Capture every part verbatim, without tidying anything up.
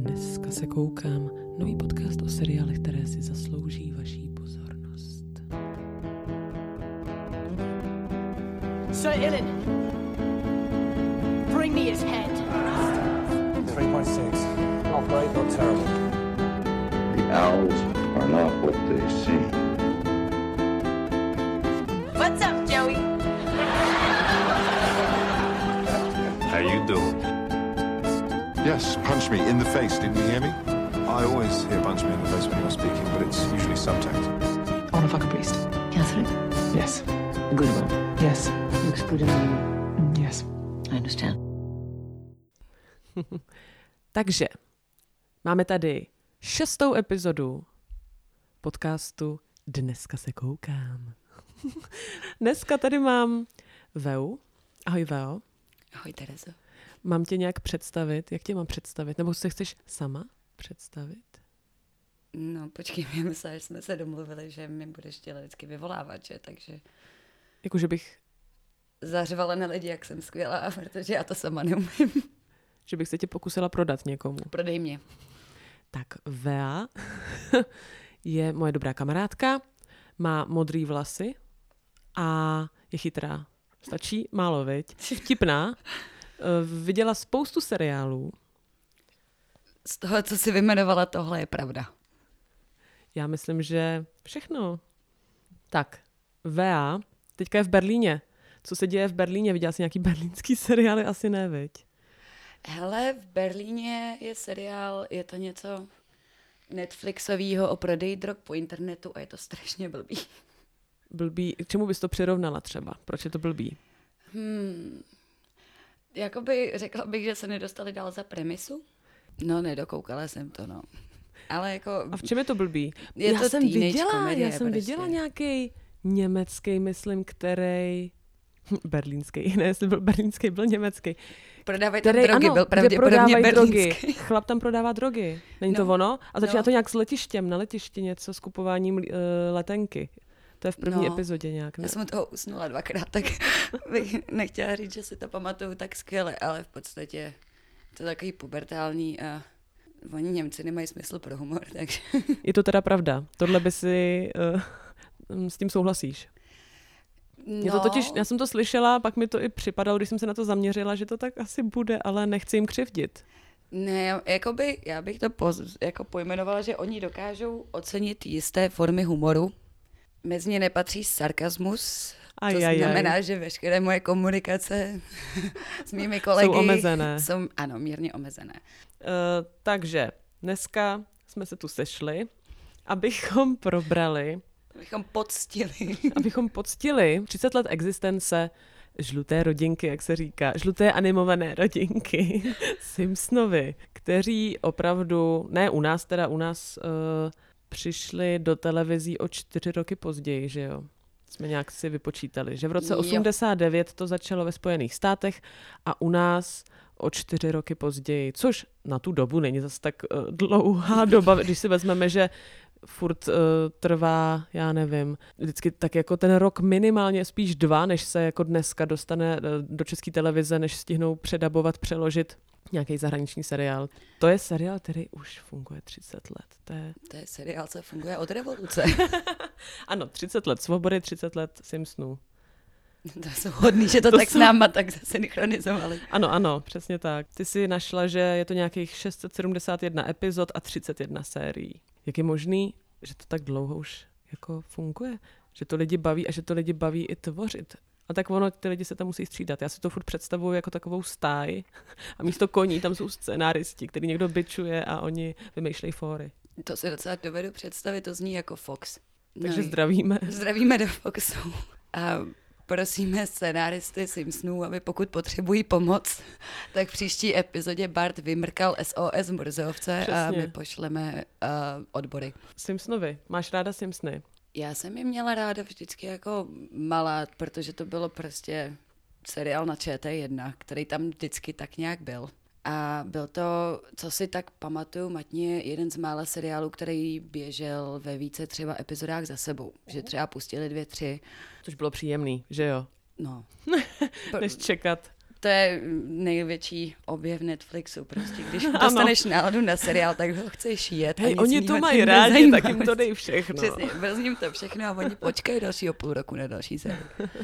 Dneska se koukám. Nový podcast o seriálech, které si zaslouží vaší pozornost. Sir Ilan, bring me his head. three point six. Not great, not terrible. The owls are not what they seem. What's up, Joey? How you doing? Yes, punch me in the face. Didn't you hear me? I always hear punch me in the face when you're speaking, but it's usually subtext. I want to fuck a priest. Catherine? Yes. Good one. Yes. Looks good on you. Yes. I understand. Takže máme tady šestou epizodu podcastu Dneska se koukám. Dneska tady mám Veu. Ahoj, Veo. Ahoj, Terezo. Mám tě nějak představit? Jak tě mám představit? Nebo se chceš sama představit? No, počkej, my myslela, že jsme se domluvili, že mi budeš dělat vždycky vyvolávat, že? Takže Jakože bych, zařvala na lidi, jak jsem skvělá, protože já to sama neumím. že bych se tě pokusila prodat někomu. Prodej mě. Tak Vea je moje dobrá kamarádka, má modrý vlasy a je chytrá. Stačí málo, viď? Vtipná. Viděla spoustu seriálů. Z toho, co jsi vyjmenovala, tohle je pravda. Já myslím, že všechno. Tak, Vea, teďka je v Berlíně. Co se děje v Berlíně? Viděla jsi nějaký berlínský seriály? Asi ne, viď? Hele, v Berlíně je seriál, je to něco Netflixového o prodeji drog po internetu a je to strašně blbý. Blbý. K čemu bys to přirovnala třeba? Proč je to blbý? Hmm. Jakoby řekla bych, že se nedostali dál za premisu. No, nedokoukala jsem to, no. Ale jako... A v čem je to blbý? Je já to jsem teenage viděla, komedie já jsem prostě. viděla nějaký německý, myslím, který... Berlínský, ne, jestli byl berlínský, byl německý. Prodávají tam Který, drogy, ano, byl kde pravděpodobně prodávají berlínský. drogy. Chlap tam prodává drogy. Není No, to ono? A začíná no. to nějak s letištěm, na letišti něco, s kupováním uh, letenky. To je v první No. epizodě nějak, ne? Já jsem u toho usnula dvakrát, tak bych nechtěla říct, že si to pamatuju tak skvěle, ale v podstatě to je takový pubertální a oni Němci nemají smysl pro humor, takže... Je to teda pravda. Tohle by si... Uh, s tím souhlasíš? No, Je to totiž, já jsem to slyšela, pak mi to i připadalo, když jsem se na to zaměřila, že to tak asi bude, ale nechci jim křivdit. Ne, jakoby, já bych to poz, jako pojmenovala, že oni dokážou ocenit jisté formy humoru. Mezi ně nepatří sarkazmus, Aj, to aj, znamená, aj. že veškeré moje komunikace s mými kolegy Jsou omezené. Jsou, ano, mírně omezené. Uh, takže dneska jsme se tu sešli, abychom probrali, Abychom poctili. abychom poctili třicet let existence žluté rodinky, jak se říká, žluté animované rodinky Simpsonovi, kteří opravdu, ne u nás, teda u nás uh, přišli do televizí o čtyři roky později, že jo? Jsme nějak si vypočítali, že v roce Jo. osmdesát devět to začalo ve Spojených státech a u nás o čtyři roky později, což na tu dobu není zase tak uh, dlouhá doba, když si vezmeme, že furt uh, trvá, já nevím, vždycky tak jako ten rok minimálně spíš dva, než se jako dneska dostane uh, do české televize, než stihnou předabovat, přeložit nějaký zahraniční seriál. To je seriál, který už funguje třicet let. To je... To je seriál, co funguje od revoluce. Ano, třicet let svobody, třicet let Simpsonů. To jsou hodný, že to, To tak jsou- s náma tak synchronizovali. Ano, ano, přesně tak. Ty si našla, že je to nějakých šest set sedmdesát jedna epizod a třicet jedna sérií. Jak je možný, že to tak dlouho už jako funguje? Že to lidi baví a že to lidi baví i tvořit. A tak ono, ty lidi se tam musí střídat. Já si to furt představuju jako takovou stáj a místo koní tam jsou scénáristi, který někdo bičuje a oni vymýšlejí fóry. To si docela dovedu představit, to zní jako Fox. Takže No, zdravíme. Zdravíme do Foxu. A prosíme scénáristy Simpsonů, aby pokud potřebují pomoc, tak v příští epizodě Bart vymrkal S O S Mrzovce a Přesně. my pošleme uh, odbory. Simpsonovi. Máš ráda Simpsony? Já jsem je měla ráda vždycky jako malá, protože to bylo prostě seriál na Č T jedna, který tam vždycky tak nějak byl. A byl to, co si tak pamatuju, matně, jeden z mála seriálů, který běžel ve více třeba epizodách za sebou. Že třeba pustili dvě, tři. Což bylo příjemný, že jo? No. Než čekat To je největší objev Netflixu prostě. Když dostaneš náladu na seriál, tak ho chceš jet. Hej, oni to mají rádi, tak jim to dej všechno. Přesně, brzním to všechno a oni počkají dalšího půl roku na další sérii.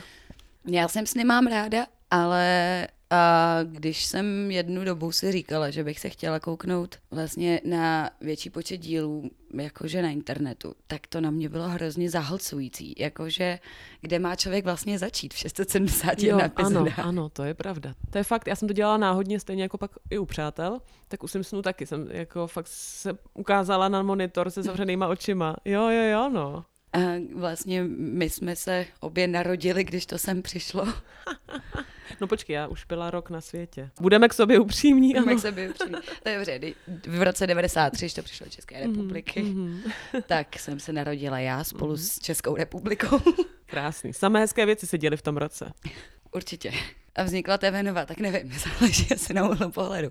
Já jsem s nemám ráda, ale a když jsem jednu dobu si říkala, že bych se chtěla kouknout vlastně na větší počet dílů, jakože na internetu, tak to na mě bylo hrozně zahlcující. Jakože, kde má člověk vlastně začít v šest set sedmdesát jedna epizodách. Ano, ano, to je pravda. To je fakt, já jsem to dělala náhodně, stejně jako pak i u přátel, tak u Simpsonů taky jsem jako fakt se ukázala na monitor se zavřenýma očima. Jo, jo, jo, no. A vlastně my jsme se obě narodili, když to sem přišlo. No počkej, já už byla rok na světě. Budeme k sobě upřímní, ano. Budeme k sobě upřímní. To je dobře, v roce devadesát tři, když to přišlo do České republiky, mm-hmm. tak jsem se narodila já spolu mm-hmm. s Českou republikou. Krásný. Samé hezké věci se děly v tom roce. Určitě. A vznikla té Nova, tak nevím, záleží asi na úhlu pohledu.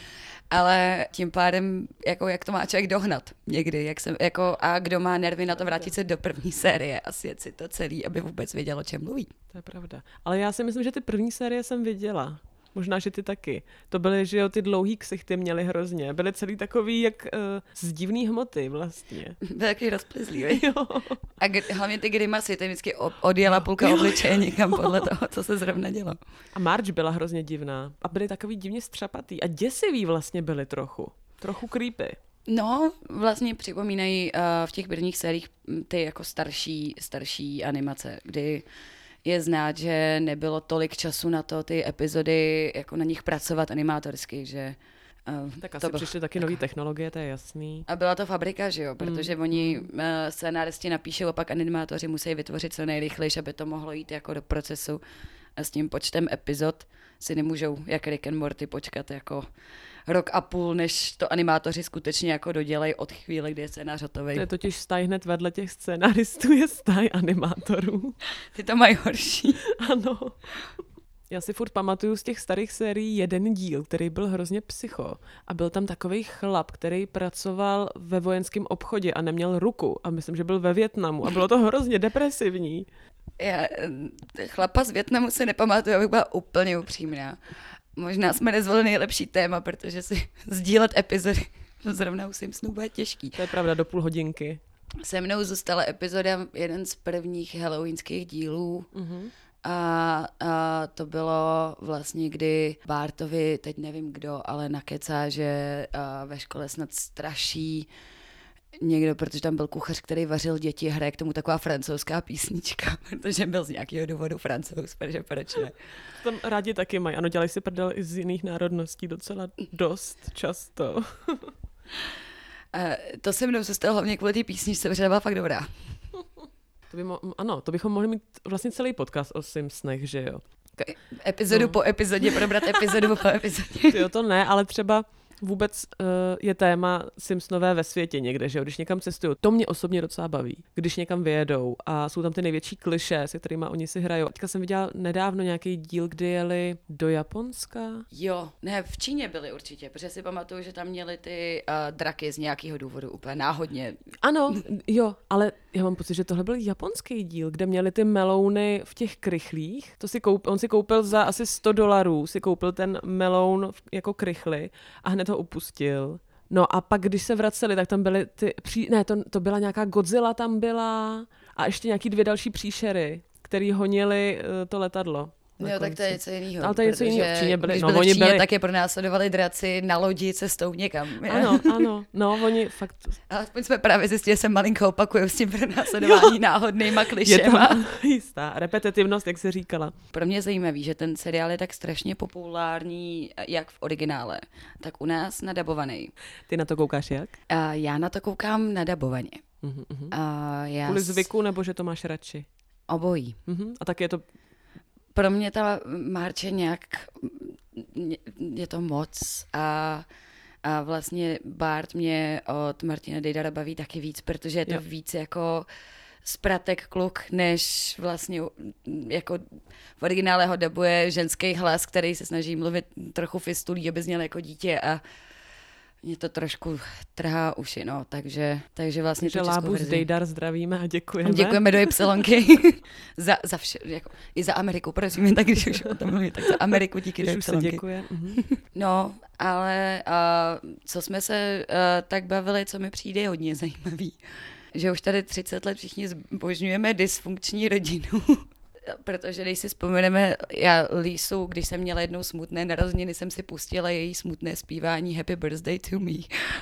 Ale tím pádem, jako jak to má člověk dohnat někdy, jak jsem, jako, a kdo má nervy na to vrátit se do první série a sjet si to celý, aby vůbec věděl, o čem mluví. To je pravda. Ale já si myslím, že ty první série jsem viděla. Možná, že ty taky. To byly, že jo, ty dlouhý ksichty měly hrozně. Byly celý takový, jak uh, z divný hmoty vlastně. Byly takový rozplizlý, A g- hlavně ty grimasy, ty vždycky odjela půlka obličeje někam podle toho, co se zrovna dělo. A Marge byla hrozně divná. A byly takový divně střapatý. A děsivý vlastně byly trochu. Trochu creepy. No, vlastně připomínají uh, v těch prvních sériích ty jako starší, starší animace, kdy je znát, že nebylo tolik času na to ty epizody, jako na nich pracovat animátorsky, že... Uh, tak asi přišly taky nové technologie, to je jasný. A byla to fabrika, že jo, protože mm. oni uh, scénáristi napíšou a pak animátoři musí vytvořit co nejrychlejší, aby to mohlo jít jako do procesu. A s tím počtem epizod si nemůžou, jak Rick and Morty, počkat jako rok a půl, než to animátoři skutečně jako dodělají od chvíle, kdy je scénář hotový. To je totiž stáj hned vedle těch scénáristů, je stáj animátorů. Ty to mají horší. Ano. Já si furt pamatuju z těch starých sérií jeden díl, který byl hrozně psycho. A byl tam takovej chlap, který pracoval ve vojenském obchodě a neměl ruku. A myslím, že byl ve Vietnamu. A bylo to hrozně depresivní. Já chlapa z Vietnamu si nepamatuju, abych byla úplně upřímná. Možná jsme nezvolili nejlepší téma, protože si sdílet epizody zrovna u Simpsonů bude těžký. To je pravda, do půl hodinky. Se mnou zůstala epizoda, jeden z prvních halloweenských dílů. Mm-hmm. A, a to bylo vlastně, kdy Bartovi, teď nevím kdo, ale nakecá, že ve škole snad straší někdo, protože tam byl kuchař, který vařil děti, hraje k tomu taková francouzská písnička, protože byl z nějakého důvodu Francouz, protože proč ne. Tam rádi taky mají, ano, dělají si prdel i z jiných národností docela dost často. A to se mnou se stalo hlavně kvůli té písničce, protože byla fakt dobrá. To by mo- ano, to bychom mohli mít vlastně celý podcast o Simpsonech, že jo? Epizodu no. po epizodě, probrat epizodu po epizodě. Jo, to ne, ale třeba vůbec uh, je téma Simpsonové ve světě někde, že jo? Když někam cestují. To mě osobně docela baví, když někam vyjedou a jsou tam ty největší klišé, se kterými oni si hrajou. Teďka jsem viděla nedávno nějaký díl, kdy jeli do Japonska. Jo, ne, v Číně byli určitě, protože si pamatuju, že tam měli ty uh, draky z nějakého důvodu úplně náhodně. Ano, jo, ale já mám pocit, že tohle byl japonský díl, kde měli ty melouny v těch krychlích. To si koup, on si koupil za asi sto dolarů, si koupil ten meloun jako krychly a hned ho upustil. No a pak, když se vraceli, tak tam byly ty... Pří... Ne, to, to byla nějaká Godzilla tam byla a ještě nějaký dvě další příšery, který honili uh, to letadlo. Jo, tak to je něco jiného. Ale to je něco jiného. V Číně byli. Když no, byli oni v Číně, byli... tak je pronásledovali draci na lodi cestou někam. Ano, ano. No, oni fakt... Alespoň jsme právě zjistili, že se malinko opakují s tím pronásledování náhodnýma klišema. Je tam jistá repetitivnost, jak se říkala. Pro mě je zajímavý, že ten seriál je tak strašně populární, jak v originále, tak u nás nadabovaný. Ty na to koukáš jak? A já na to koukám nadabovaně. Uh-huh, uh-huh. A já Kvůli zvyku, nebo že to máš radši? Obojí. Uh-huh. A tak je to... Pro mě ta Marge nějak, je to moc a, a vlastně Bart mě od Martina Dejdara baví taky víc, protože je to jo. víc jako spratek kluk, než vlastně jako v originále ho dabuje ženský hlas, který se snaží mluvit trochu fistulí, aby zněl jako dítě a mě to trošku trhá uši, no, takže, takže vlastně Takže tu českou Lábu verzi. z Dejdar zdravíme a děkujeme. Děkujeme do Ypsilonky. za, za vše, jako, i za Ameriku, prosím, tak když už o tom mluvím, tak za Ameriku díky do Když už se Ypsilonky. děkuje. Mhm. No, ale uh, co jsme se uh, tak bavili, co mi přijde hodně zajímavý, že už tady třicet let všichni zbožňujeme dysfunkční rodinu. Protože když si vzpomeneme, já Lísu, když jsem měla jednou smutné narozeniny, jsem si pustila její smutné zpívání Happy Birthday to Me.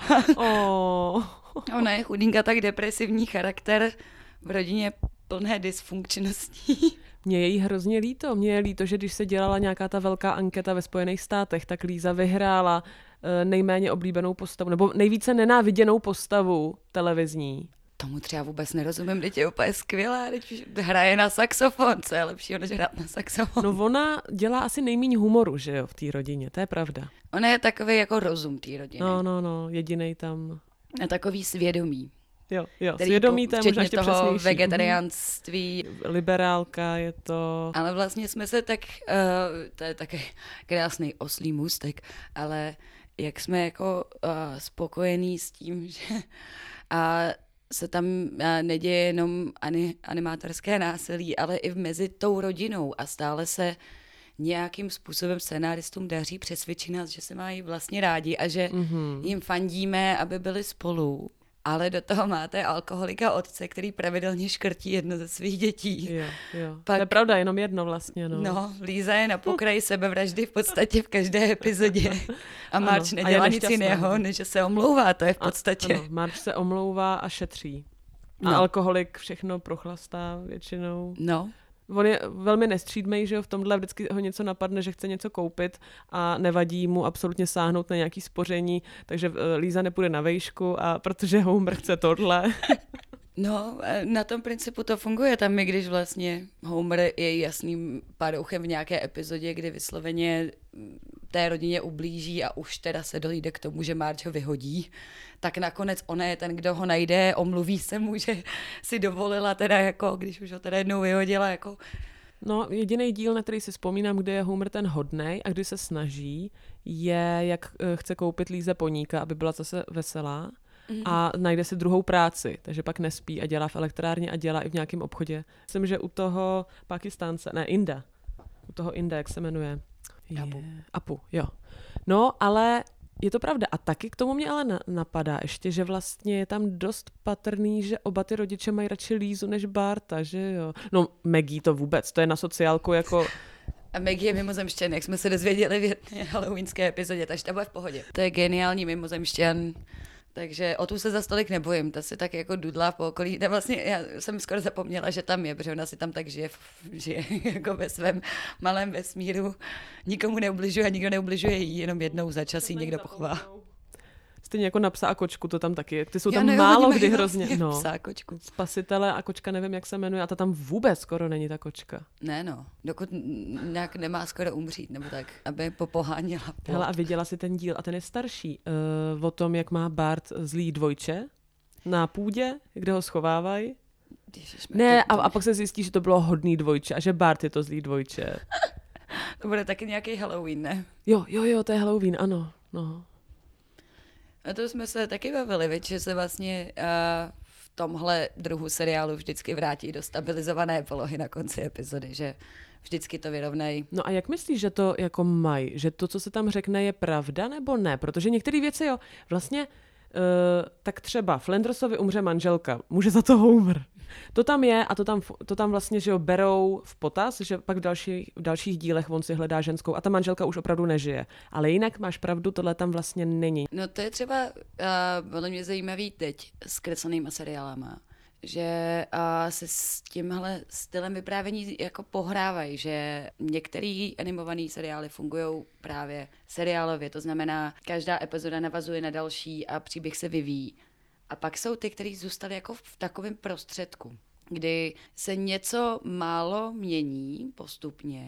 Oh. Ona je chudinka, tak depresivní charakter v rodině plné dysfunkčností. Mně je jí hrozně líto. Mně je líto, že když se dělala nějaká ta velká anketa ve Spojených státech, tak Líza vyhrála uh, nejméně oblíbenou postavu, nebo nejvíce nenáviděnou postavu televizní. Tomu třeba vůbec nerozumím, teď je úplně skvělá, teď hraje na saxofon, co je lepšího, než hrát na saxofon. No ona dělá asi nejméně humoru, že jo, v té rodině, to je pravda. Ona je takový jako rozum té rodiny. No, no, no, jedinej tam. A takový svědomí. Jo, jo, Který svědomí, to je možná včetně ještě toho přesnější. vegetariánství. Liberálka je to... Ale vlastně jsme se tak, uh, to je taky krásný oslý můstek, ale jak jsme jako uh, spokojení s tím, že a se tam uh, neděje jenom ani, animátorské násilí, ale i mezi tou rodinou a stále se nějakým způsobem scénáristům daří přesvědčit nás, že se mají vlastně rádi a že mm-hmm. jim fandíme, aby byli spolu. Ale do toho máte alkoholika otce, který pravidelně škrtí jedno ze svých dětí. Jo, jo. Pak, to je pravda, jenom jedno vlastně. No, no Líza je na pokraji sebevraždy v podstatě v každé epizodě. A Marge nedělá nic jiného, než že se omlouvá, to je v podstatě. Ano, Marge se omlouvá a šetří. A no. alkoholik všechno prochlastá většinou. No. On je velmi nestřídmej, že jo, v tomhle vždycky ho něco napadne, že chce něco koupit a nevadí mu absolutně sáhnout na nějaký spoření, takže Líza nepůjde na vejšku a protože Homer chce tohle. No, na tom principu to funguje tam, i když vlastně Homer je jasným padouchem v nějaké epizodě, kdy vysloveně té rodině ublíží a už teda se dojde k tomu, že Marge ho vyhodí, tak nakonec ona je ten, kdo ho najde, omluví se mu, že si dovolila teda jako, když už ho teda jednou vyhodila, jako... No, jediný díl, na který si vzpomínám, kde je Homer ten hodnej a kdy se snaží, je, jak chce koupit Líze poníka, aby byla zase veselá. A najde si druhou práci, takže pak nespí a dělá v elektrárně a dělá i v nějakém obchodě. Myslím, že u toho Pakistánce, ne, Inda, u toho Inda, jak se jmenuje? Apu. Je, Apu, jo. No, ale je to pravda. A taky k tomu mě ale na, napadá ještě, že vlastně je tam dost patrný, že oba ty rodiče mají radši Lízu než Barta, že jo. No, Maggie to vůbec, to je na sociálku jako... A Maggie je mimozemštěn, jak jsme se dozvěděli v jedné halloweenské epizodě, takže to bude v pohodě. To je geniální mimozemštěn. Takže o tu se za stolik nebojím, ta si tak jako dudlá po okolí. Ta vlastně, já jsem skoro zapomněla, že tam je, protože ona si tam tak žije, žije jako ve svém malém vesmíru. Nikomu neubližuje a nikdo neubližuje jí, jenom jednou za čas jí někdo pochová. Stejně jako na psa a kočku to tam taky je. Ty jsou Já tam ne, málo kdy hrozně. No. Psa a kočku. Spasitele a kočka, nevím, jak se jmenuje, a ta tam vůbec skoro není ta kočka. Ne no, dokud nějak nemá skoro umřít, nebo tak, aby popoháněla. Hele, a viděla si ten díl, a ten je starší, uh, o tom, jak má Bart zlý dvojče na půdě, kde ho schovávají. Ne, a, a pak se zjistí, že to bylo hodný dvojče a že Bart je to zlý dvojče. To bude taky nějaký Halloween, ne? Jo, jo, jo, to je Halloween, ano. No. A to jsme se taky bavili, viď, že se vlastně uh, v tomhle druhu seriálu vždycky vrátí do stabilizované polohy na konci epizody, že vždycky to vyrovnají. No a jak myslíš, že to jako mají? Že to, co se tam řekne, je pravda nebo ne? Protože některé věci, jo, vlastně Uh, tak třeba Flandersovi umře manželka, může za to Homer. To tam je a to tam, to tam vlastně, že jo, berou v potaz, že pak v, další, v dalších dílech on si hledá ženskou a ta manželka už opravdu nežije. Ale jinak máš pravdu, tohle tam vlastně není. No to je třeba, uh, bylo mě zajímavý teď s kreslenýma seriálama, že uh, se s tímhle stylem vyprávění jako pohrávají, že některé animované seriály fungují právě seriálově, to znamená, každá epizoda navazuje na další a příběh se vyvíjí. A pak jsou ty, kteří zůstali jako v takovém prostředku, kdy se něco málo mění postupně,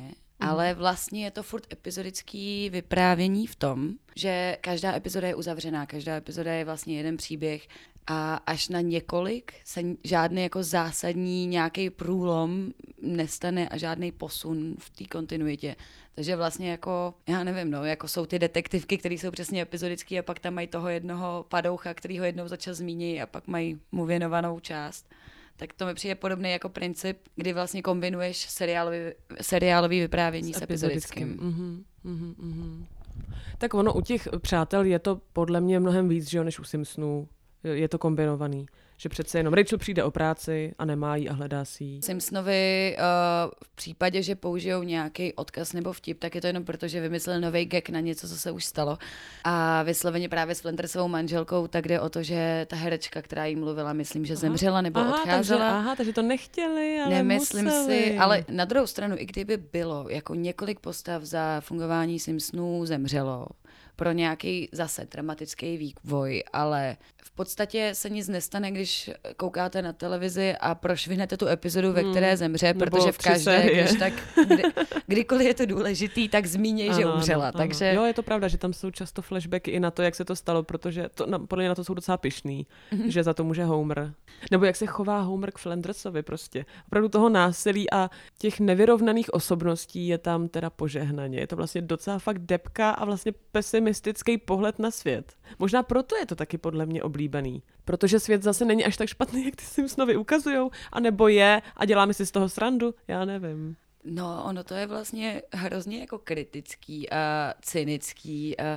ale vlastně je to furt epizodický vyprávění v tom, že každá epizoda je uzavřená, každá epizoda je vlastně jeden příběh a až na několik se žádný jako zásadní nějaký průlom nestane a žádný posun v té kontinuitě. Takže vlastně jako, já nevím, no, jako jsou ty detektivky, které jsou přesně epizodické a pak tam mají toho jednoho padoucha, který ho jednou za čas zmíní a pak mají mu věnovanou část. Tak to mi přijde podobný jako princip, kdy vlastně kombinuješ seriálový, seriálový vyprávění s, s epizodickým. Mm-hmm, mm-hmm, mm-hmm. Tak ono u těch přátel je to podle mě mnohem víc, že jo, než u Simpsonů. Je to kombinovaný. Že přece jenom Rachel přijde o práci a nemá jí a hledá si jí. Simpsonovi uh, v případě, že použijou nějaký odkaz nebo vtip, tak je to jenom proto, že vymyslel nový gag na něco, co se už stalo. A vysloveně právě s Flandersovou manželkou, tak jde o to, že ta herečka, která jí mluvila, myslím, že zemřela nebo aha, odcházela. Takže, aha, takže to nechtěli, ale nemyslím museli. si, ale na druhou stranu, i kdyby bylo, jako několik postav za fungování Simpsonů zemřelo, pro nějaký zase dramatický vývoj, ale v podstatě se nic nestane, když koukáte na televizi a prošvihnete tu epizodu, ve které zemře, hmm, protože v každé, když tak, kdy, kdykoliv je to důležitý, tak zmíní, ano, že umřela. Ano, takže... ano. Jo, je to pravda, že tam jsou často flashbacky i na to, jak se to stalo, protože to, na, podle mě na to jsou docela pyšný, mm-hmm. že za to může Homer. Nebo jak se chová Homer k Flandersovi prostě. Opravdu toho násilí a těch nevyrovnaných osobností je tam teda požehnaně. Je to vlastně docela fakt depka a vlastně pesimistický pohled na svět. Možná proto je to taky podle mě oblíbený. Protože svět zase není až tak špatný, jak ty Simpsonovi ukazujou, anebo je a děláme si z toho srandu, já nevím. No, ono to je vlastně hrozně jako kritický a cynický a,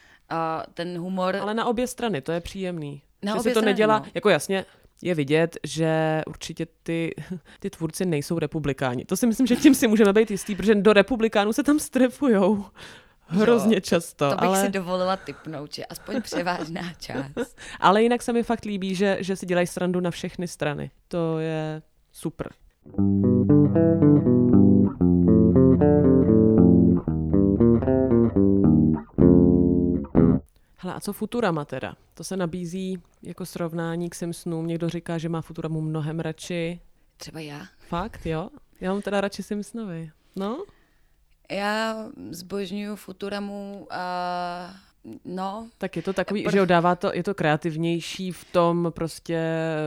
a ten humor... Ale na obě strany, to je příjemný. Na že obě se to strany, nedělá, no. jako jasně, je vidět, že určitě ty, ty tvůrci nejsou republikáni. To si myslím, že tím si můžeme být jistý, protože do republikánů se tam strefujou. Hrozně jo, často. To bych ale... si dovolila tipnout, že aspoň převážná část. Ale jinak se mi fakt líbí, že, že si dělají srandu na všechny strany. To je super. Hele, a co Futurama teda? To se nabízí jako srovnání k Simpsonům. Někdo říká, že má Futuramu mnohem radši. Třeba já. Fakt, jo? Já mám teda radši Simpsonovi. No? Já zbožňuju Futuramu a no. Tak je to takový, Pr- že jo, dává to, je to kreativnější v tom prostě,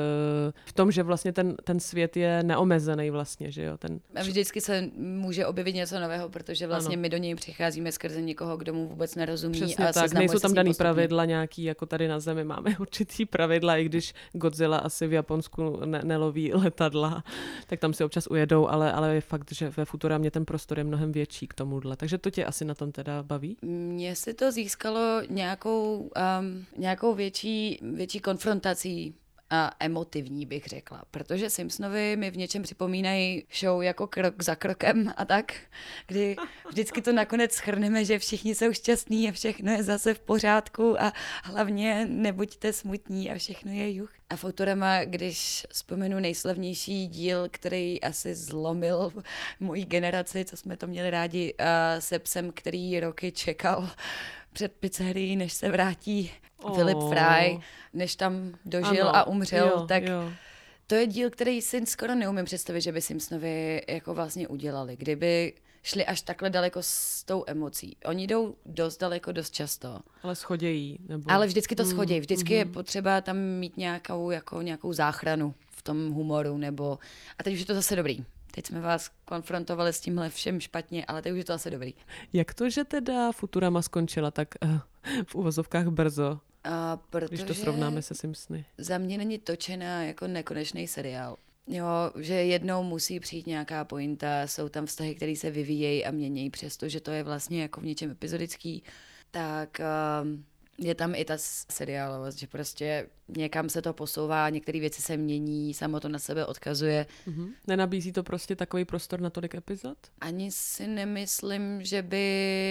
v tom, že vlastně ten, ten svět je neomezený vlastně, že jo. Ten... A vždycky se může objevit něco nového, protože vlastně ano. my do něj přicházíme skrze někoho, kdo mu vůbec nerozumí. Přesně a tak, nejsou tam daný postupně. pravidla nějaký, jako tady na Zemi máme určitý pravidla, i když Godzilla asi v Japonsku ne- neloví letadla, tak tam si občas ujedou, ale, ale je fakt, že ve Futuramě ten prostor je mnohem větší k tomuhle. Takže to tě asi na tom teda baví? Mně si to získalo nějakou, um, nějakou větší, větší konfrontací a emotivní, bych řekla. Protože Simpsonovi mi v něčem připomínají show jako Krok za krokem a tak, kdy vždycky to nakonec shrneme, že všichni jsou šťastní a všechno je zase v pořádku a hlavně nebuďte smutní a všechno je juch. A Futurama, když vzpomenu nejslavnější díl, který asi zlomil moji generaci, co jsme to měli rádi, uh, se psem, který roky čekal před pizzerií, než se vrátí oh. Philip Fry, než tam dožil ano, a umřel, jo, tak jo. to je díl, který si skoro neumím představit, že by Simpsonovi jako vlastně udělali, kdyby šli až takhle daleko s tou emocí. Oni jdou dost daleko, dost často. Ale schodějí. Nebo... Ale vždycky to schodějí. Vždycky mm, je potřeba tam mít nějakou, jako, nějakou záchranu v tom humoru. Nebo... A teď už je to zase dobrý. Teď jsme vás konfrontovali s tímhle všem špatně, ale teď už je to asi dobrý. Jak to, že teda Futurama skončila tak uh, v uvozovkách brzo, A když to srovnáme se Simpsony? Za mě není točená jako nekonečný seriál. Jo, že jednou musí přijít nějaká pointa, jsou tam vztahy, které se vyvíjejí a mění, přestože to je vlastně jako v něčem epizodický, tak um, je tam i ta seriálovost, že prostě někam se to posouvá, některé věci se mění, samo to na sebe odkazuje. Mm-hmm. Nenabízí to prostě takový prostor na tolik epizod? Ani si nemyslím, že by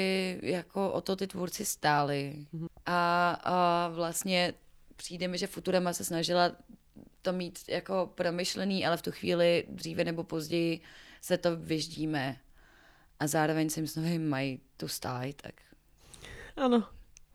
jako o to ty tvůrci stáli. Mm-hmm. A, a vlastně přijde mi, že Futurama se snažila to mít jako promyšlený, ale v tu chvíli dříve nebo později se to vyždíme. A zároveň Simpsonovi mají tu stáj, tak... Ano.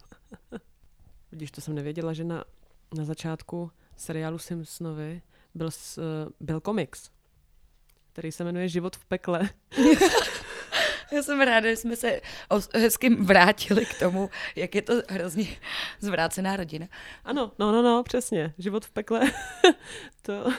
Vidíš, to jsem nevěděla, že na, na začátku seriálu Simpsonovi byl, byl komiks, který se jmenuje Život v pekle. Já jsem ráda, že jsme se hezky vrátili k tomu, jak je to hrozně zvrácená rodina. Ano, no, no, no, přesně. Život v pekle. to...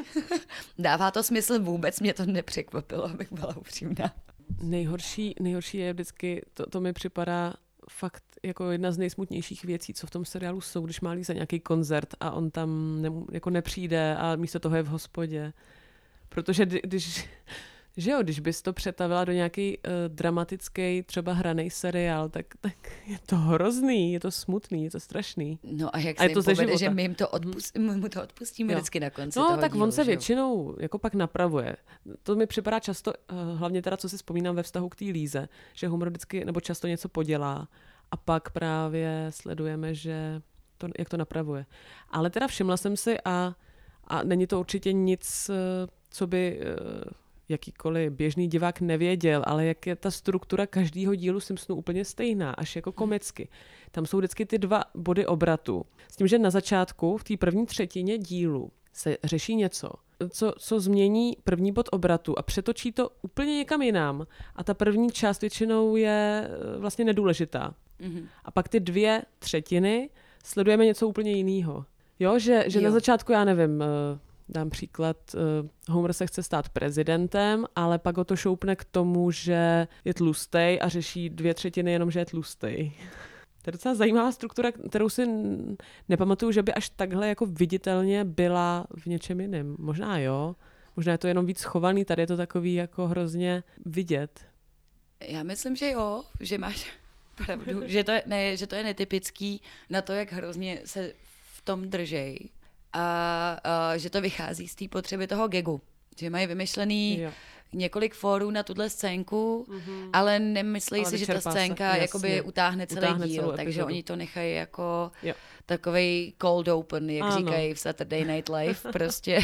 Dává to smysl vůbec, mě to nepřekvapilo, abych byla upřímná. Nejhorší, nejhorší je vždycky, to, to mi připadá fakt jako jedna z nejsmutnějších věcí, co v tom seriálu jsou, když má Lisa nějaký koncert a on tam ne, jako nepřijde a místo toho je v hospodě. Protože když, že jo, když bys to přetavila do nějaký uh, dramatický, třeba hranej seriál, tak, tak je to hrozný, je to smutný, je to strašný. No a jak a se jim povede, že my jim to, odpust, my mu to odpustíme jo. vždycky na konci No toho tak dílu, on se že? většinou jako pak napravuje. To mi připadá často, uh, hlavně teda, co si vzpomínám ve vztahu k té Líze, že humor vždycky nebo často něco podělá a pak právě sledujeme, že to, jak to napravuje. Ale teda všimla jsem si a, a není to určitě nic, co by jakýkoliv běžný divák nevěděl, ale jak je ta struktura každého dílu Simpsonů úplně stejná, až jako komicky. Tam jsou vždycky ty dva body obratu. S tím, že na začátku, v té první třetině dílu, se řeší něco, co, co změní první bod obratu a přetočí to úplně někam jinam. A ta první část většinou je vlastně nedůležitá. Mm-hmm. A pak ty dvě třetiny sledujeme něco úplně jiného. Jo, že, že jo. Na začátku, já nevím, dám příklad, Homer se chce stát prezidentem, ale pak ho to šoupne k tomu, že je tlustej a řeší dvě třetiny jenom, že je tlustej. To je docela zajímavá struktura, kterou si nepamatuju, že by až takhle jako viditelně byla v něčem jiném. Možná jo, možná je to jenom víc schovaný, tady je to takový jako hrozně vidět. Já myslím, že jo, že máš pravdu, že to je, ne, že to je netypický na to, jak hrozně se v tom držej. A, a že to vychází z té potřeby toho gagu. Že mají vymyšlený jo. několik fórů na tuhle scénku, mm-hmm. ale nemyslí ale si, že ta scénka se, jakoby utáhne celý utáhne díl, takže oni to nechají jako jo. takovej cold open, jak ano. říkají v Saturday Night Live, prostě,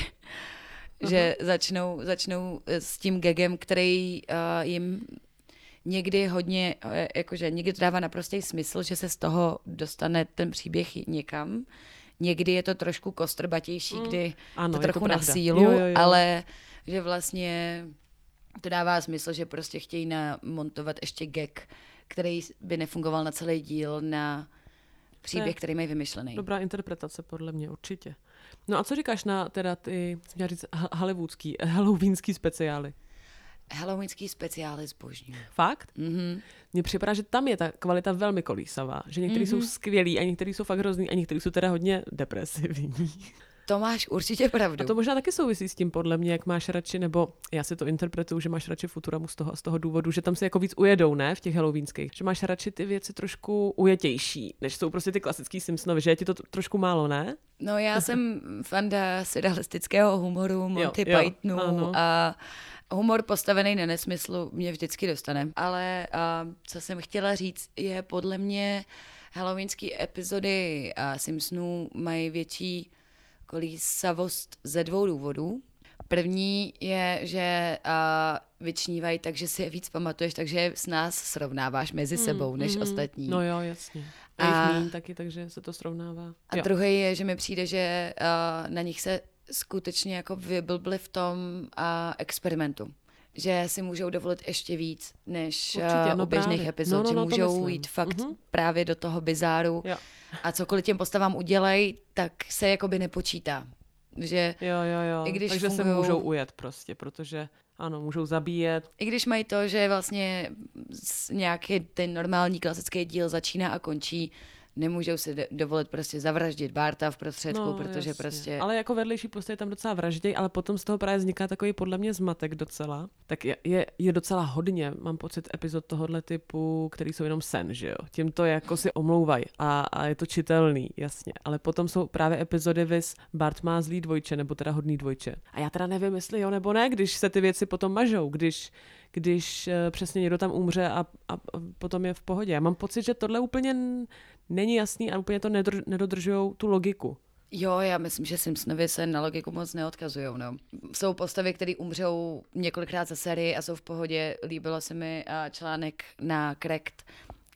že začnou, začnou s tím gagem, který uh, jim někdy hodně, jakože někdy to dává naprostý smysl, že se z toho dostane ten příběh někam. Někdy je to trošku kostrbatější, mm. kdy ano, to trochu to na sílu, jo, jo, jo. ale že vlastně to dává smysl, že prostě chtějí namontovat ještě gag, který by nefungoval na celý díl, na příběh, který mají vymyšlený. Dobrá interpretace, podle mě, určitě. No a co říkáš na teda ty, jsem měla říct, hollywoodský, halloweenský speciály? Halloweenský speciály zbožňuji. Fakt? Mm-hmm. Mně připadá, že tam je ta kvalita velmi kolísavá. Že některý mm-hmm. jsou skvělí a některý jsou fakt hrozný a některý jsou teda hodně depresivní. To máš určitě pravdu. A to možná taky souvisí s tím, podle mě, jak máš radši, nebo já si to interpretuju, že máš radši Futuramu z toho, z toho důvodu, že tam se jako víc ujedou, ne, v těch halloweenských. Že máš radši ty věci trošku ujetější, než jsou prostě ty klasický Simpsonovi, že je ti to trošku málo, ne? No já jsem fanda surrealistického humoru, Monty jo, Pythonu jo, a humor postavený na nesmyslu mě vždycky dostane. Ale a, co jsem chtěla říct, je podle mě halloweenský epizody a Simpsonů mají větší kolísavost ze dvou důvodů. První je, že a, vyčnívají tak, že si je víc pamatuješ, takže s nás srovnáváš mezi sebou, než mm, ostatní. No jo, jasně. A jich míň taky, takže se to srovnává. A jo. Druhý je, že mi přijde, že a, na nich se skutečně jako vyblbli v tom a, experimentu. Že si můžou dovolit ještě víc, než Určitě, no u běžných právě. epizod. No, no, no, že můžou jít fakt uh-huh. právě do toho bizáru. Jo. A cokoliv těm postavám udělej, tak se jakoby nepočítá. Že jo, jo, jo. I když Takže fungujou, se můžou ujet prostě, protože ano, můžou zabíjet. I když mají to, že vlastně nějaký ten normální klasický díl začíná a končí, nemůžou si dovolit prostě zavraždit Barta v prostředku, no, protože jasně. prostě... Ale jako vedlejší postavy tam docela vražděj, ale potom z toho právě vzniká takový podle mě zmatek docela. Tak je, je, je docela hodně, mám pocit, epizod tohohle typu, který jsou jenom sen, že jo. Tím to jako si omlouvají a, a je to čitelný, jasně. Ale potom jsou právě epizody vis Bart má zlý dvojče, nebo teda hodný dvojče. A já teda nevím, jestli jo nebo ne, když se ty věci potom mažou, když... když přesně někdo tam umře a, a, a potom je v pohodě. Já mám pocit, že tohle úplně není jasný a úplně to nedr- nedodržujou tu logiku. Jo, já myslím, že Simpsonovi se na logiku moc neodkazujou. No. Jsou postavy, které umřou několikrát za sérii a jsou v pohodě. Líbilo se mi článek na Cracked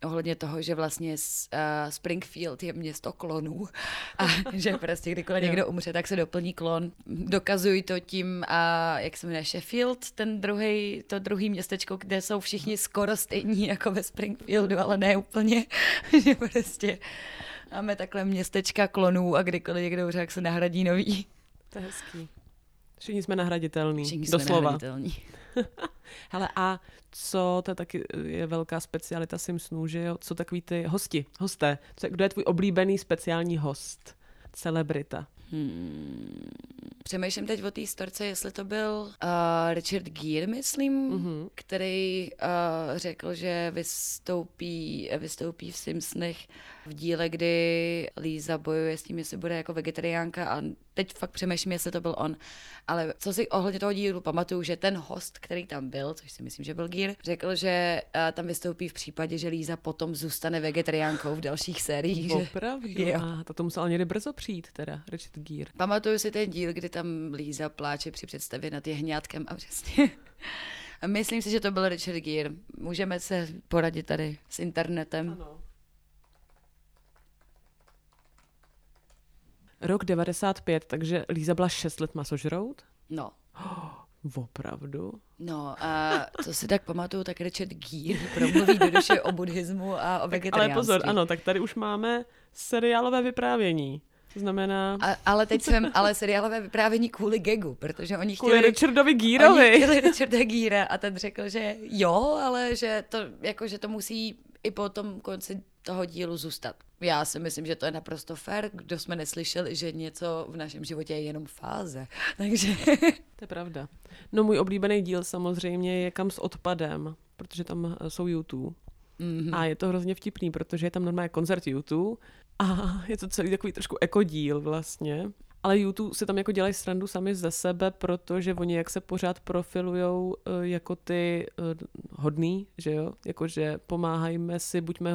ohledně toho, že vlastně uh, Springfield je město klonů a že prostě kdykoliv někdo umře, tak se doplní klon. Dokazují to tím, uh, jak se jmenuje Sheffield, ten druhý, to druhý městečko, kde jsou všichni skoro stejní jako ve Springfieldu, ale ne úplně, že prostě máme takhle městečka klonů a kdykoliv někdo umře, tak se nahradí nový. To je hezký. Všichni jsme nahraditelní, Všichni jsme doslova. nahraditelní. Hele, a co, to je taky je velká specialita Simpsonů, že jo? Co takový ty hosti, hosté? Co, kdo je tvůj oblíbený speciální host? Celebrita. Hmm. Přemýšlím teď o té storce, jestli to byl uh, Richard Gere, myslím, mm-hmm. který uh, řekl, že vystoupí, vystoupí v Simpsonech v díle, kdy Lisa bojuje s tím, jestli bude jako vegetariánka a teď fakt přemýšlím, jestli to byl on. Ale co si ohledně toho dílu pamatuju, že ten host, který tam byl, což si myslím, že byl Gere, řekl, že uh, tam vystoupí v případě, že Lisa potom zůstane vegetariánkou v dalších sériích. Opravdu? Že... A to, to musel někdy brzo přijít teda, Richard Gere. Pamatuju si ten díl, kdy tam Lisa pláče při představě nad jehňátkem a přesně. A myslím si, že to byl Richard Gere. Můžeme se poradit tady s internetem. Ano. Rok devadesát pět, takže Lisa byla šest let masožrout? No. Oh, opravdu? No a co si tak pamatuju, tak Richard Gere promluví do duše o buddhismu a o vegetariánství. Ale pozor, ano, tak tady už máme seriálové vyprávění. To znamená... A, ale teď jsem, ale seriálové vyprávění kvůli gagu, protože oni chtěli... Kvůli Richardovi Gerovi. Oni chtěli Richarda Gera a ten řekl, že jo, ale že to, jako, že to musí i po tom konci toho dílu zůstat. Já si myslím, že to je naprosto fair, kdo jsme neslyšeli, že něco v našem životě je jenom fáze. Takže... To je pravda. No můj oblíbený díl samozřejmě je Kam s odpadem, protože tam jsou U dva. Mm-hmm. A je to hrozně vtipný, protože je tam normálně koncert U dva a je to celý takový trošku ekodíl vlastně. Ale U dva si tam jako dělají srandu sami ze sebe, protože oni jak se pořád profilujou jako ty hodný, že jo? Jakože pomáhajme si, buďme,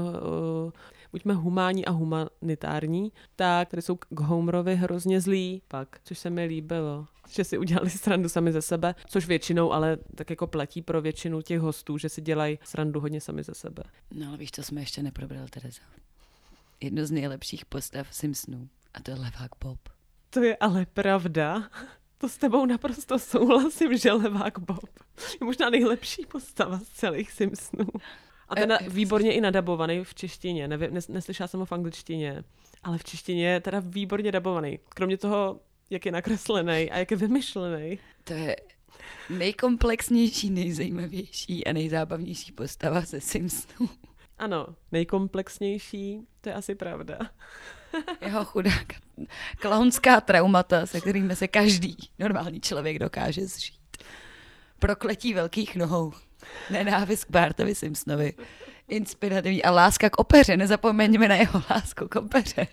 buďme humánní a humanitární, tak tady jsou k Homerovi hrozně zlí pak, což se mi líbilo. Že si udělali srandu sami ze sebe, což většinou ale tak jako platí pro většinu těch hostů, že si dělají srandu hodně sami ze sebe. No ale víš, co jsme ještě neprobrali, Tereza. Jedno z nejlepších postav Simpsonů a to je Levák Bob. To je ale pravda. To s tebou naprosto souhlasím, že Levák Bob je možná nejlepší postava z celých Simpsonů. A ten výborně i nadabovaný v češtině. Nevím, nes, neslyšela jsem ho v angličtině, ale v češtině je teda výborně dabovaný. Kromě toho, jak je nakreslený a jak je vymyšlený. To je nejkomplexnější, nejzajímavější a nejzábavnější postava ze Simpsonů. Ano, nejkomplexnější, to je asi pravda. Jeho chudák klaunská traumata, se kterými se každý normální člověk dokáže zžít. Prokletí velkých nohou, nenávist k Bartovi Simpsonovi, inspirativní a láska k opeře, nezapomeňme na jeho lásku k opeře.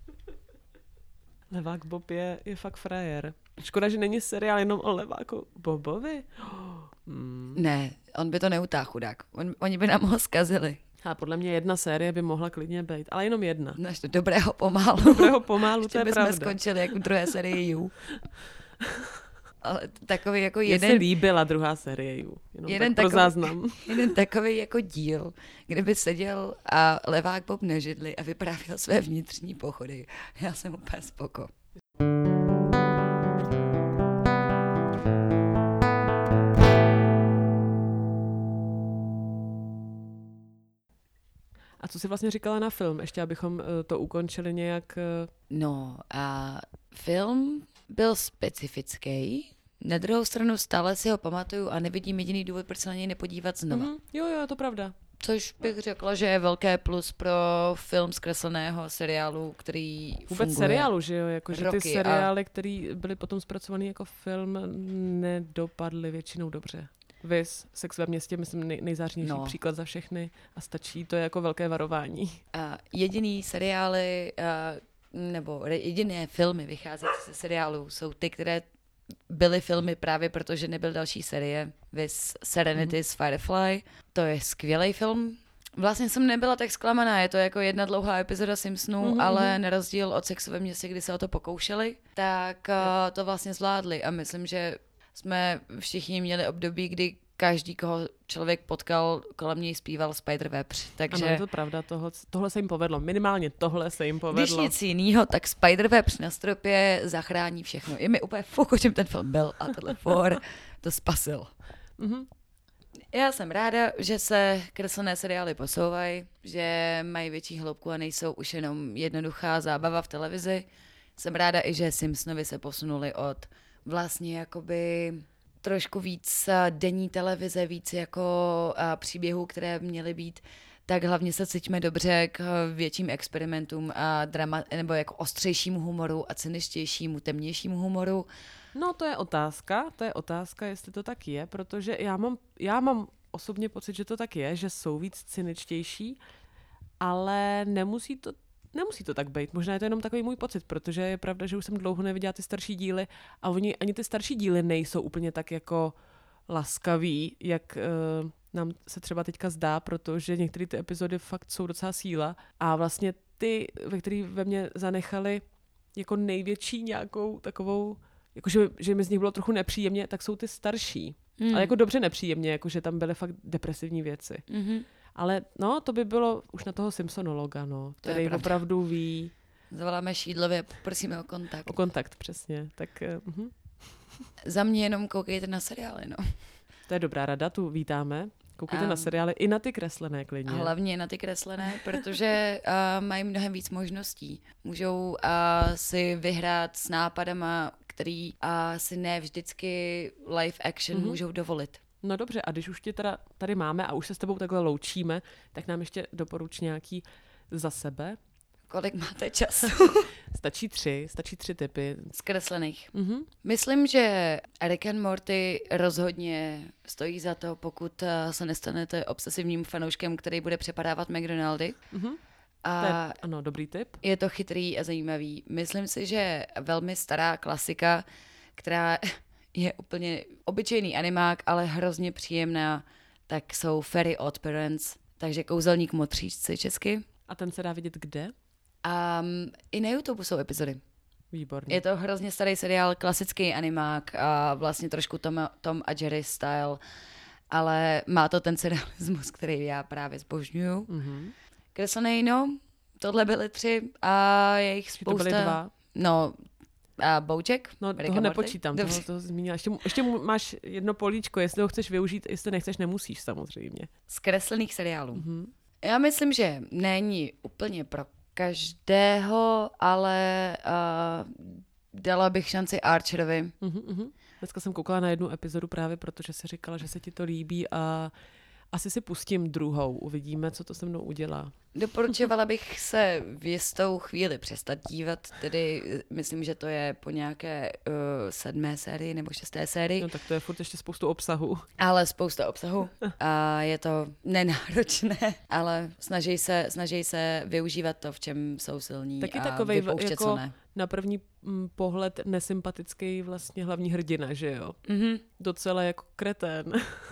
Levák Bob je, je fakt frajer. Škoda, že není seriál jenom o Leváku Bobovi. Hmm. Ne, on by to neutáhl, chudák. On, oni by nám ho zkazili. A podle mě jedna série by mohla klidně být, ale jenom jedna. No ještě dobrého pomálu. Dobrého pomálu, to je pravda. Ještě bychom skončili jako v druhé sérii You. Ale takový jako Mně jeden... se líbila druhá série You. Jenom jeden tak pro takový, záznam. Jeden takový jako díl, kdyby seděl a Levák Bob nežidli a vyprávěl své vnitřní pochody. Já jsem úplně spoko. A co jsi vlastně říkala na film? Ještě abychom to ukončili nějak... No a film byl specifický. Na druhou stranu stále si ho pamatuju a nevidím jediný důvod, proč se na něj nepodívat znova. Mm-hmm. Jo, jo, to pravda. Což bych řekla, že je velké plus pro film zkresleného seriálu, který Vůbec funguje. seriálu, že jo? Jako, že ty seriály, a... které byly potom zpracované jako film, nedopadly většinou dobře. Viz, Sex ve městě, myslím, nej, nejzářnější no. příklad za všechny a stačí, to je jako velké varování. A jediný seriály, nebo jediné filmy vycházející ze seriálů jsou ty, které byly filmy právě proto, že nebyl další série. Viz Serenity z mm. Firefly. To je skvělý film. Vlastně jsem nebyla tak zklamaná, je to jako jedna dlouhá epizoda Simpsonů, mm-hmm. ale na rozdíl od Sexu ve městě, kdy se o to pokoušeli, tak uh, to vlastně zvládli a myslím, že jsme všichni měli období, kdy každý, koho člověk potkal, kolem něj zpíval Spider-Web. Takže ano, je to pravda, tohle, tohle se jim povedlo. Minimálně tohle se jim povedlo. když nic jinýho, tak Spider-Web na stropě zachrání všechno. Je mi úplně fuk, o čem ten film byl a tenhle for to spasil. Mm-hmm. Já jsem ráda, že se kreslené seriály posouvají, že mají větší hloubku a nejsou už jenom jednoduchá zábava v televizi. Jsem ráda i, že Simpsonovi se posunuli od vlastně jakoby trošku víc denní televize, víc jako příběhů, které měly být, tak hlavně se cítíme dobře k větším experimentům a drama, nebo jako ostřejšímu humoru a cyničtějšímu, temnějšímu humoru. No to je otázka, to je otázka, jestli to tak je, protože já mám, já mám osobně pocit, že to tak je, že jsou víc cyničtější, ale nemusí to, nemusí to tak být. Možná je to jenom takový můj pocit, protože je pravda, že už jsem dlouho neviděla ty starší díly a oni, ani ty starší díly nejsou úplně tak jako laskaví, jak uh, nám se třeba teďka zdá, protože některé ty epizody fakt jsou docela síla a vlastně ty, ve kterých ve mně zanechali jako největší nějakou takovou jakože, že mi z nich bylo trochu nepříjemně, tak jsou ty starší. Mm. Ale jako dobře nepříjemně, jakože tam byly fakt depresivní věci. Mm-hmm. Ale no, to by bylo už na toho Simpsonologa, no, který opravdu ví. Zavoláme Šídlově, prosíme o kontakt. O kontakt, přesně. Tak, uh-huh. Za mě jenom koukejte na seriály, no. To je dobrá rada, tu vítáme. Koukejte um, na seriály i na ty kreslené klidně. Hlavně na ty kreslené, protože uh, mají mnohem víc možností. Můžou uh, si vyhrát s nápadama, který uh, si ne vždycky live action mm-hmm. můžou dovolit. No dobře, a když už tě teda tady máme a už se s tebou takhle loučíme, tak nám ještě doporuč nějaký za sebe. Kolik máte času? Stačí tři, stačí tři typy. Zkreslených. Mm-hmm. Myslím, že Rick and Morty rozhodně stojí za to, pokud se nestanete obsesivním fanouškem, který bude přepadávat McDonaldy. Mm-hmm. A to je, ano, dobrý tip. Je to chytrý a zajímavý. Myslím si, že velmi stará klasika, která je úplně obyčejný animák, ale hrozně příjemná, tak jsou Fairy Odd Parents, takže Kouzelník motříčci česky. A ten se dá vidět kde? Um, I na YouTube jsou epizody. Výborně. Je to hrozně starý seriál, klasický animák a vlastně trošku Tom, Tom a Jerry style, ale má to ten serialismus, který já právě zbožňuju. Mm-hmm. Kreslený, no, tohle byly tři a je jich spousta. To byly dva? No, a Bojack? No, Rick toho a nepočítám, toho, toho zmínila. Ještě, ještě máš jedno políčko, jestli ho chceš využít, jestli nechceš, nemusíš samozřejmě. Z kreslených seriálů. Mm-hmm. Já myslím, že není úplně pro každého, ale uh, dala bych šanci Archerovi. Uh-huh, uh-huh. Dneska jsem koukala na jednu epizodu právě, protože si říkala, že se ti to líbí a asi si pustím druhou. Uvidíme, co to se mnou udělá. Doporučovala bych se v jistou chvíli přestat dívat, tedy myslím, že to je po nějaké uh, sedmé sérii nebo šesté sérii. No tak to je furt ještě spoustu obsahu. Ale spousta obsahu a je to nenáročné, ale snaží se, snaží se využívat to, v čem jsou silní. Taky a takovej vypouštět, jako co ne. Na první m, pohled nesympatický vlastně hlavní hrdina, že jo? Mm-hmm. Docela jako kretén.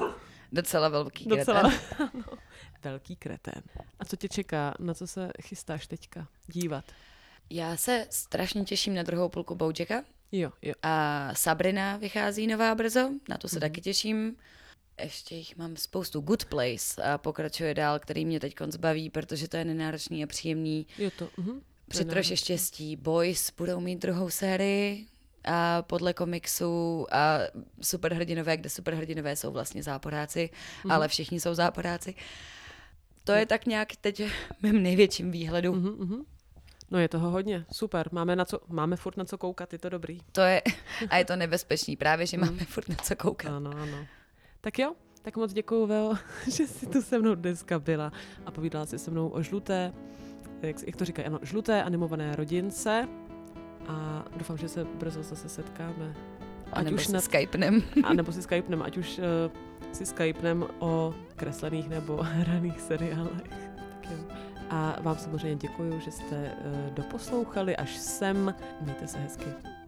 Docela velký Docela, kretén. ano, velký kretén. A co tě čeká? Na co se chystáš teďka dívat? Já se strašně těším na druhou půlku Bojacka. Jo, jo. A Sabrina vychází nová brzo, na to se mm-hmm. taky těším. Ještě jich mám spoustu. Good Place a pokračuje dál, který mě teď zbaví, protože to je nenáročný a příjemný. Je to, uh-huh. Při troše štěstí Boys budou mít druhou sérii a podle komiksu a superhrdinové, kde superhrdinové jsou vlastně záporáci, mm-hmm. ale všichni jsou záporáci. To je tak nějak teď v mém největším výhledu. Mm-hmm. No je toho hodně, super, máme, na co, máme furt na co koukat, je to dobrý. To je, a je to nebezpečný právě, že máme furt na co koukat. Ano, ano. Tak jo, tak moc děkuju, Veo, že jsi tu se mnou dneska byla a povídala si se mnou o žluté, jak, jak to říkají, ano, žluté animované rodince a doufám, že se brzo zase setkáme. A nebo si na... skypnem. A nebo si skypnem, ať už uh, si skypnem o kreslených nebo hraných seriálech. Tak jo. A vám samozřejmě děkuju, že jste uh, doposlouchali až sem. Mějte se hezky.